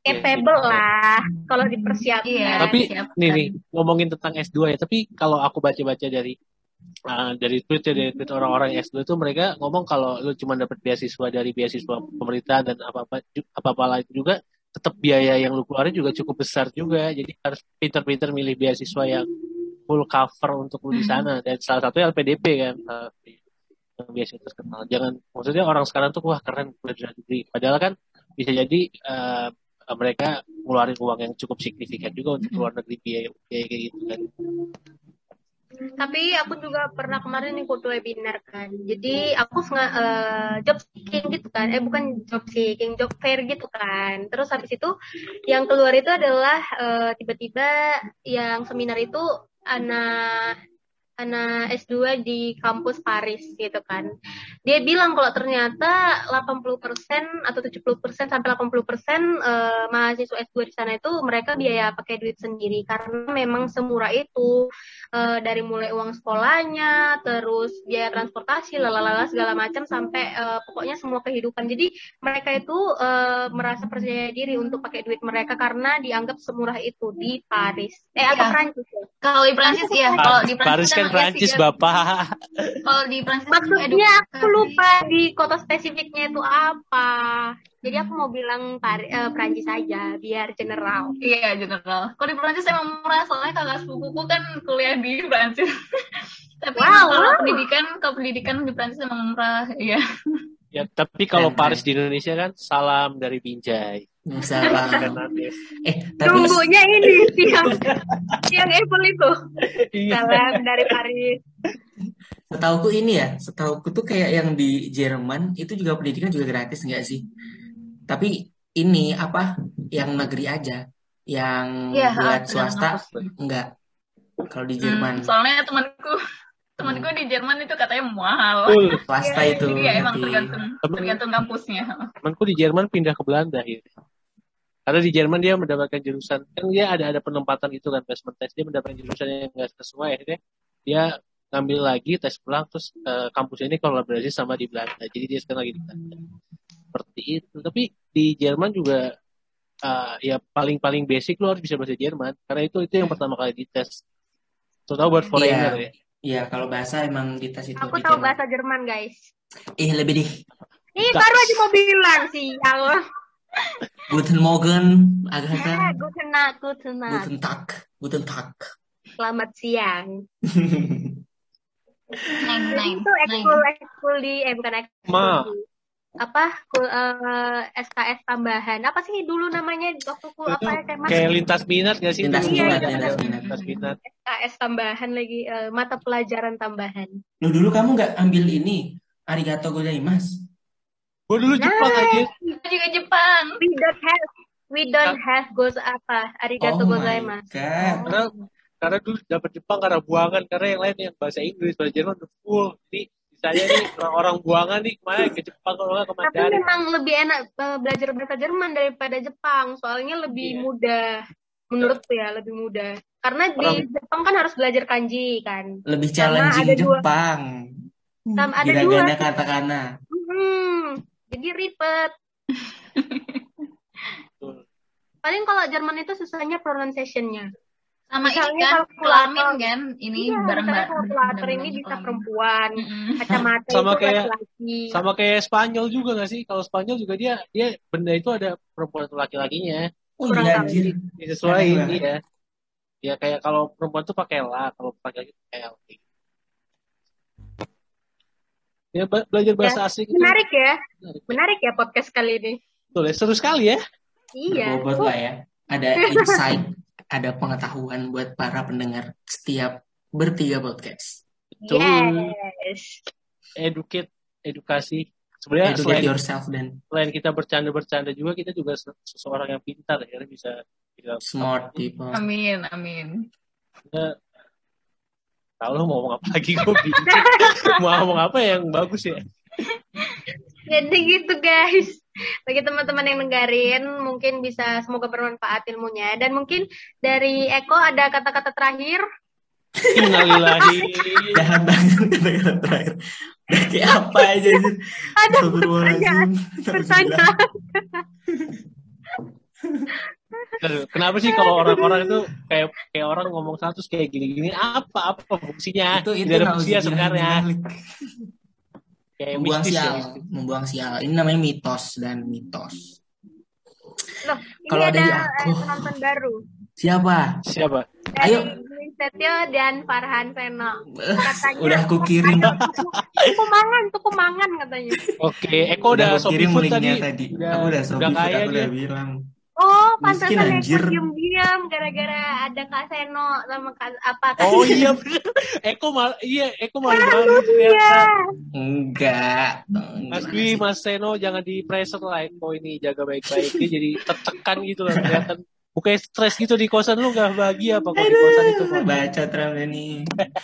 capable lah kalau dipersiapkan. Iya. Tapi siapkan. nih ngomongin tentang S2 ya. Tapi kalau aku baca-baca dari tweet ya, dari tweet orang-orang S2 itu mereka ngomong kalau lu cuma dapat beasiswa dari beasiswa pemerintahan dan apa-apa lagi juga tetap biaya yang lu keluarin juga cukup besar juga. Jadi harus pinter-pinter milih beasiswa yang full cover untuk lu di sana. Dan salah satunya LPDP kan. Yang beasiswa terkenal. Maksudnya orang sekarang tuh wah keren kuliah di negeri. Padahal kan bisa jadi mereka ngeluarin uang yang cukup signifikan juga untuk luar negeri biaya kayak gitu kan. Tapi aku juga pernah kemarin ikut webinar kan. Jadi aku job seeking gitu kan. Bukan job seeking, job fair gitu kan. Terus habis itu yang keluar itu adalah tiba-tiba yang seminar itu anak S2 di kampus Paris gitu kan. Dia bilang kalau ternyata 80% atau 70% sampai 80% mahasiswa S2 di sana itu mereka biaya pakai duit sendiri karena memang semurah itu dari mulai uang sekolahnya, terus biaya transportasi, lalala segala macam sampai pokoknya semua kehidupan. Jadi mereka itu merasa percaya diri untuk pakai duit mereka karena dianggap semurah itu di Paris. Atau Prancis ya. Kalau di Prancis ya, kalau di Paris kan Prancis Bapak. Kalau di Prancis maksudnya aku lupa di kota spesifiknya itu apa. Jadi aku mau bilang Prancis aja biar general. Iya general. Kalau di Prancis emang murah soalnya kakak sepupuku kan kuliah di Prancis. Tapi kalau pendidikan di Prancis emang murah ya. Ya tapi kalau Paris di Indonesia kan salam dari Binjai. Salam. Tapi tunggunya ini yang Apple itu. Salam dari Paris. Setauku tuh kayak yang di Jerman itu juga pendidikan juga gratis nggak sih? Tapi ini yang negeri aja, yang buat swasta enggak. Kalau di Jerman. Soalnya temanku di Jerman itu katanya mahal. Swasta itu. Jadi ya emang tergantung kampusnya. Temanku di Jerman pindah ke Belanda gitu. Karena di Jerman dia mendapatkan jurusan, kan dia ada penempatan gitu kan, placement test, dia mendapatkan jurusan yang nggak sesuai, akhirnya dia ngambil lagi tes ulang, terus kampus ini kolaborasi sama di Belanda, jadi dia sekarang lagi di Belanda. Seperti itu. Tapi di Jerman juga ya paling basic lo harus bisa bahasa Jerman, karena itu yang pertama kali dites. Terutama buat foreigner ya. Iya, kalau bahasa emang dites itu. Aku tahu bahasa Jerman guys. Lebih deh. Ini baru aja mau bilang sih, Allah. Guten Morgen, Agatha. Guten Tag. Selamat siang. Itu ekskul di bukan ekskul. SKS tambahan. Apa sih dulu namanya waktu kayak lintas minat nggak sih? Lintas minat. SKS tambahan lagi mata pelajaran tambahan. Dulu kamu nggak ambil ini arigato gozaimasu? Gue dulu Jepang aja. Gue juga Jepang. We don't have arigato gozaimasu. Karena dulu dapat Jepang karena buangan, karena yang lain yang bahasa Inggris, bahasa Jerman udah full. Jadi saya nih orang buangan nih kemarin ke Jepang kalau nggak ke Mandarin. Tapi memang lebih enak belajar bahasa Jerman daripada Jepang, soalnya lebih mudah. Menurutku ya lebih mudah. Karena di Jepang kan harus belajar kanji kan. Lebih challenging Jepang. Ada dua katakana. Jadi ribet. Paling kalau Jerman itu susahnya pronunciation-nya. Sama ini kan kelamin kan ini bareng-bareng. Kalkulator ini bisa perempuan, kacamata sama itu laki-laki. Sama kayak Spanyol juga nggak sih? Kalau Spanyol juga dia benda itu ada perempuan atau laki-lakinya. Anjir. Disesuaikan ya. Ya kayak kalau perempuan tuh pakai la, kalau pakai laki pakai l. Ya belajar bahasa asing. Menarik ya podcast kali ini. Betul, seru sekali ya. Iya. Bobot lah ya. Ada insight, ada pengetahuan buat para pendengar setiap bertiga podcast. Betul. Yes. Edukasi. Sebenarnya selain kita bercanda-bercanda juga, kita juga seseorang yang pintar ya, bisa smart people. Amin. Ya, tahu lo mau ngomong apa lagi, gue bingung. Mau ngomong apa yang bagus ya? Jadi gitu guys. Bagi teman-teman yang dengerin, mungkin bisa semoga bermanfaat ilmunya. Dan mungkin dari Eko ada kata-kata terakhir. Innalillahi. Jahat banget kata-kata terakhir. Udah kayak apa aja. Ada pertanyaan. Aduh, kenapa sih kalau orang-orang itu kayak orang ngomong satu terus kayak gini-gini apa fungsinya? Itu Tidak ada fungsinya nauzubillah min sebenarnya. dzalik. Kayak Membuang mistis ya, sial, mistis. membuang sial. Ini namanya mitos dan mitos. Loh, ini Kalau ada dari aku, penonton baru siapa? Siapa? dari Ayo. Dwi Setio dan Farhan Seno. Katanya Udah aku kirim. tuku mangan katanya. Oke, Eko udah aku Shopee kirim Food linknya tadi. tadi. Aku udah Shopee Food, kaya aku dia. udah bilang. Oh, Miskin, pantasan anjir. Eko diam-diam gara-gara ada Kak Seno sama apa Oh iya bener. Eko malu banget ternyata. Enggak. Mas Dwi, Mas Seno jangan di pressure lah Eko ini, jaga baik-baik. Dia jadi tertekan gitu lah kelihatan. Bukannya stres gitu di kosan, lu gak bahagia apa kalau di kosan itu kok? Baca terang ini.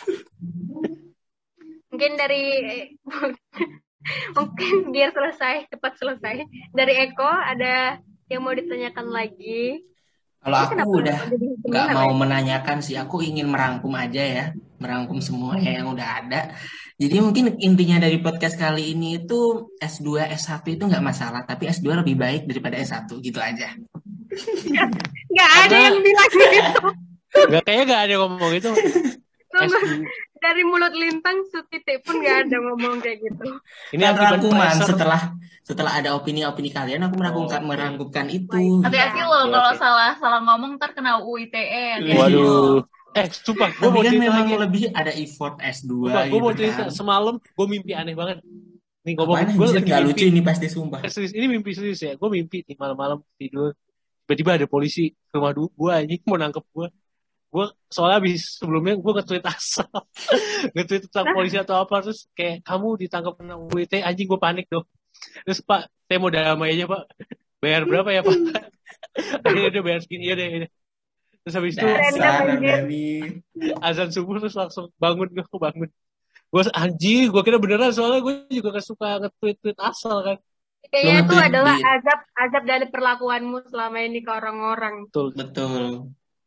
Mungkin dari mungkin biar cepat selesai. Dari Eko ada yang mau ditanyakan lagi. Kalau Ini aku kenapa udah jadi nggak seminar mau ya? menanyakan sih, aku ingin merangkum aja ya, merangkum semua yang udah ada. Jadi mungkin intinya dari podcast kali ini itu S2, S1 itu nggak masalah, tapi S2 lebih baik daripada S1, gitu aja. Nggak ada yang bilang gitu. Kayaknya gak ada yang ngomong gitu. Tunggu. S2. Dari mulut Lintang setitik pun nggak ada ngomong kayak gitu. Ini Kan akibat rangkuman pressure. setelah ada opini-opini kalian, aku merangkumkan itu. Hati-hati loh Oke, kalau oke. salah ngomong ntar kena UU ITE. Waduh. Sumpah, gue Tapi mau kan cerita memang lagi. lebih ada effort S2 Sumpah, gue gitu mau cerita. kan. Semalam gue mimpi aneh banget. Nih Apaan ngomong, gue anjir, lagi nggak lucu mimpi. ini pasti sumpah. Serius, ini mimpi serius ya. Gue mimpi nih malam-malam tidur. Tiba-tiba ada polisi ke rumah gue anjing mau nangkep gue. Gue soalnya habis sebelumnya gue nge-tweet asal. Nge-tweet tentang polisi atau apa. Terus kayak kamu ditangkap kena UIT anjing, gue panik dong. Terus Pak, saya mau damai aja Pak. Bayar berapa ya Pak? Akhirnya udah bayar segini ya deh. Terus habis itu Dasar anjir. dari azan subuh terus langsung bangun. Gue anjing, gue kira beneran soalnya gue juga suka nge-tweet asal kan. Kayaknya itu nge-tweet adalah di- azab dari perlakuanmu selama ini ke orang-orang. betul.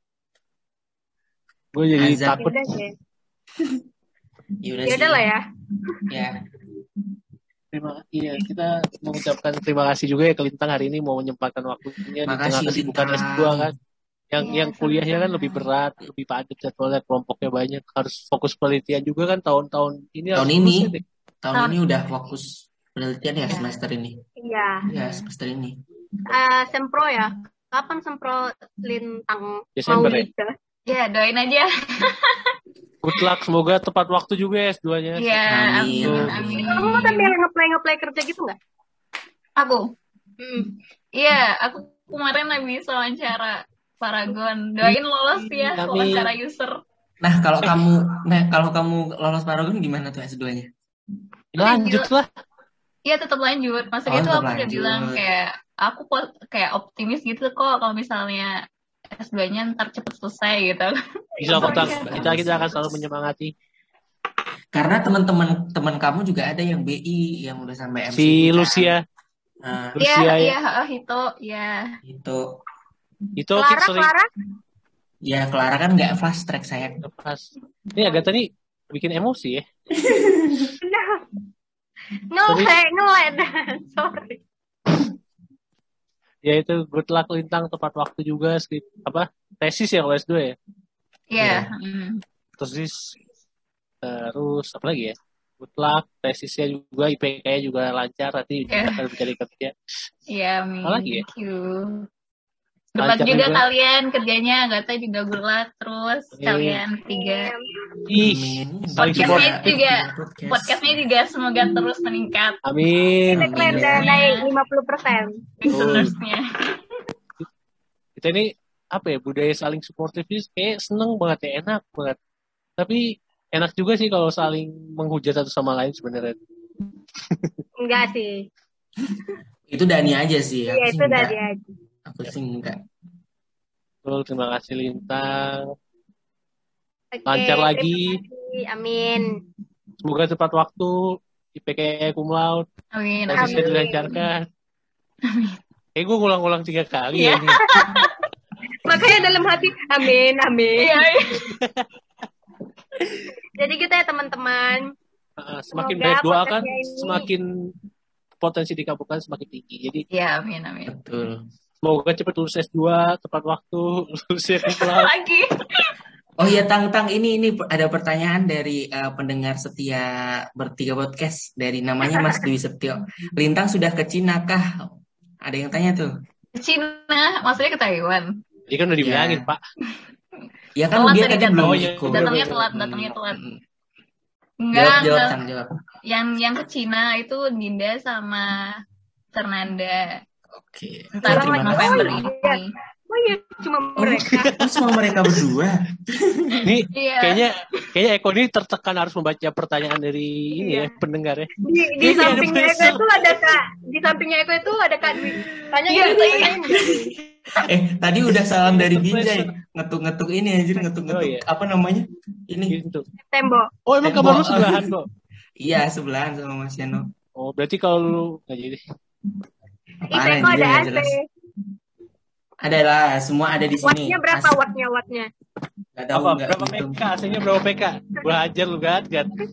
Gue jadi Azab. takut. Yaudah deh. Yaudah Yaudah lah ya. Ya. Iya, kita mengucapkan terima kasih juga ya ke Lintang hari ini mau menyempatkan waktunya di tengah Makasih, kesibukan Lintang. S2 kan. Yang kuliahnya kan lebih berat, lebih padat jadwalnya, kelompoknya banyak, harus fokus penelitian juga kan tahun-tahun ini Tahun harus ini, lulus ya, tahun ini udah fokus penelitian ya semester ini. Iya. Ya semester ini. Sempro ya. Kapan sempro Lintang Desember mau ya? wisuda? Ya doain aja. Good luck, semoga tepat waktu juga ya S2-nya. Ya Amin. amin. Kamu mau sambil ngeplay kerja gitu nggak? Aku. Hmm. Iya, aku kemarin habis wawancara Paragon. Doain lolos ya Amin. wawancara user. Nah kalau kamu lolos Paragon gimana tuh S2-nya? Lanjut lah. Iya tetap lanjut. Maksudnya Oh, itu tetap aku udah lanjut. bilang kayak aku kayak optimis gitu kok kalau misalnya S2-nya ntar cepet selesai gitu. Bisa kok, Tang. Iya. Kita akan selalu menyemangati. Karena teman kamu juga ada yang BI yang udah sampai MCQ Si kan. Lucia. Nah, Lucia Iya, ya. iya, Hito, ya. itu. Itu kita sering Clara? Ya Clara kan nggak fast track sayang. lepas. Ini Agatha nih bikin emosi ya. Ngelet. Sorry. Ya itu good luck Lintang, tepat waktu juga tesis ya kalau S2 ya. Iya. Terus apa lagi ya? Good luck, tesisnya juga, IPK-nya juga lancar, nanti Iya. akan mencari kerja. Iya, amin. Apa lagi ya? Thank you. Good luck Lancar juga juga. kalian kerjanya, Agatha juga good luck terus Amin. kalian tiga. Ih, Amin. saling support. Podcastnya juga, Podcast. podcastnya juga semoga terus meningkat Amin. Kita keren dan naik 50%. listenersnya. Kita ini apa ya, budaya saling supportive ini kayak seneng banget ya, enak banget. Tapi enak juga sih kalau saling menghujat satu sama lain sebenarnya. Enggak sih. Itu Dani aja sih. Iya, Aku sih itu enggak. tadi aja. Aku sih enggak. Betul, terima kasih Lintang. Oke, Lancar lagi. terima kasih. Amin. Semoga tepat waktu, IPK cum laude, Amin. tesisnya Amin. dilancarkan. Gue ngulang-ngulang 3 kali Iya. ya ini. Makanya dalam hati, amin, amin. Iya, iya. Jadi kita ya teman-teman. Semakin Semoga banyak doa kan, podcastnya ini- semakin potensi dikabulkan semakin tinggi. Jadi Iya, amin, amin. Betul. Semoga cepat lulus S2 tepat waktu, lulusnya kumlaut. Lagi. Oh iya, Tang, ini ada pertanyaan dari pendengar setia Bertiga Podcast dari namanya Mas Dwi Setio. Lintang sudah ke Cina kah? Ada yang tanya tuh. Ke Cina, maksudnya ke Taiwan. Dia kan udah dibilangin, Ya. Pak. Ya kan Telat dia tadi tadi datang. belum Oh, iya. ikut. Datangnya telat. Enggak, Jawab, enggak. Tang, jawab. Yang ke Cina itu Dinda sama Fernanda. Oke. Ntar Terima kasih. November Oh, ini. iya. Oh iya, cuma mereka. Oh, semua mereka berdua. Ini Iya. kayaknya Eko ini tertekan harus membaca pertanyaan dari ini ya, pendengar ya. Di Ini ada sampingnya Eko pressure. itu ada Kak. Di sampingnya Eko itu ada Kak Dwi. Tanya Iya, ini. Tadi udah salam dari Binjai. Ngetuk-ngetuk ini anjir, ngetuk-ngetuk. Oh, iya. Apa namanya? Ini. Gitu. Tembok. Oh, emang kamar lu sebelahan kok. Iya, sebelahan sama Mas Yano. Oh, berarti kalau lu nggak jadi. Apaan Eko anjir, ada nggak AC. jelas. Ada lah, semua ada di sini. Wattnya berapa wattnya? Gak tahu, Apa? nggak Berapa hitung. PK? AC-nya berapa PK? Belajar lu gat.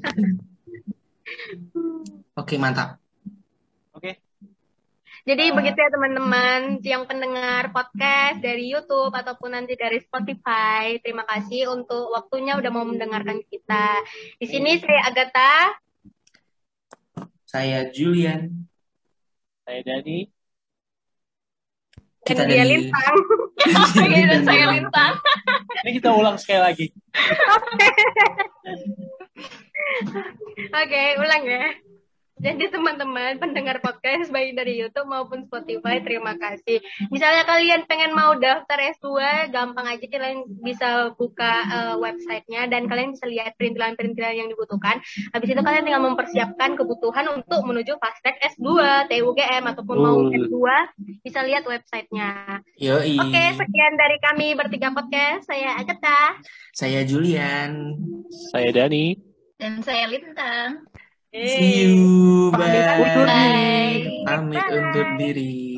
Oke, mantap. Oke. Jadi begitu ya teman-teman yang pendengar podcast dari YouTube ataupun nanti dari Spotify. Terima kasih untuk waktunya udah mau mendengarkan kita. Di sini saya Agatha. Saya Julian. Saya Dani. Kita Dan dia dari Lintang. Iya, dan saya Lintang. Ini kita ulang sekali lagi. Oke, ulang ya. Jadi teman-teman pendengar podcast baik dari YouTube maupun Spotify, terima kasih. Misalnya kalian pengen mau daftar S2, gampang aja kalian bisa buka websitenya dan kalian bisa lihat perintilan-perintilan yang dibutuhkan. Habis itu kalian tinggal mempersiapkan kebutuhan untuk menuju fast track S2, TUGM ataupun mau S2, bisa lihat websitenya. Yoi. Oke, sekian dari kami Bertiga Podcast. Saya Agatha. Saya Julian. Saya Dani. Dan saya Lintang. See you. Bye. Bye. Pamit undur diri.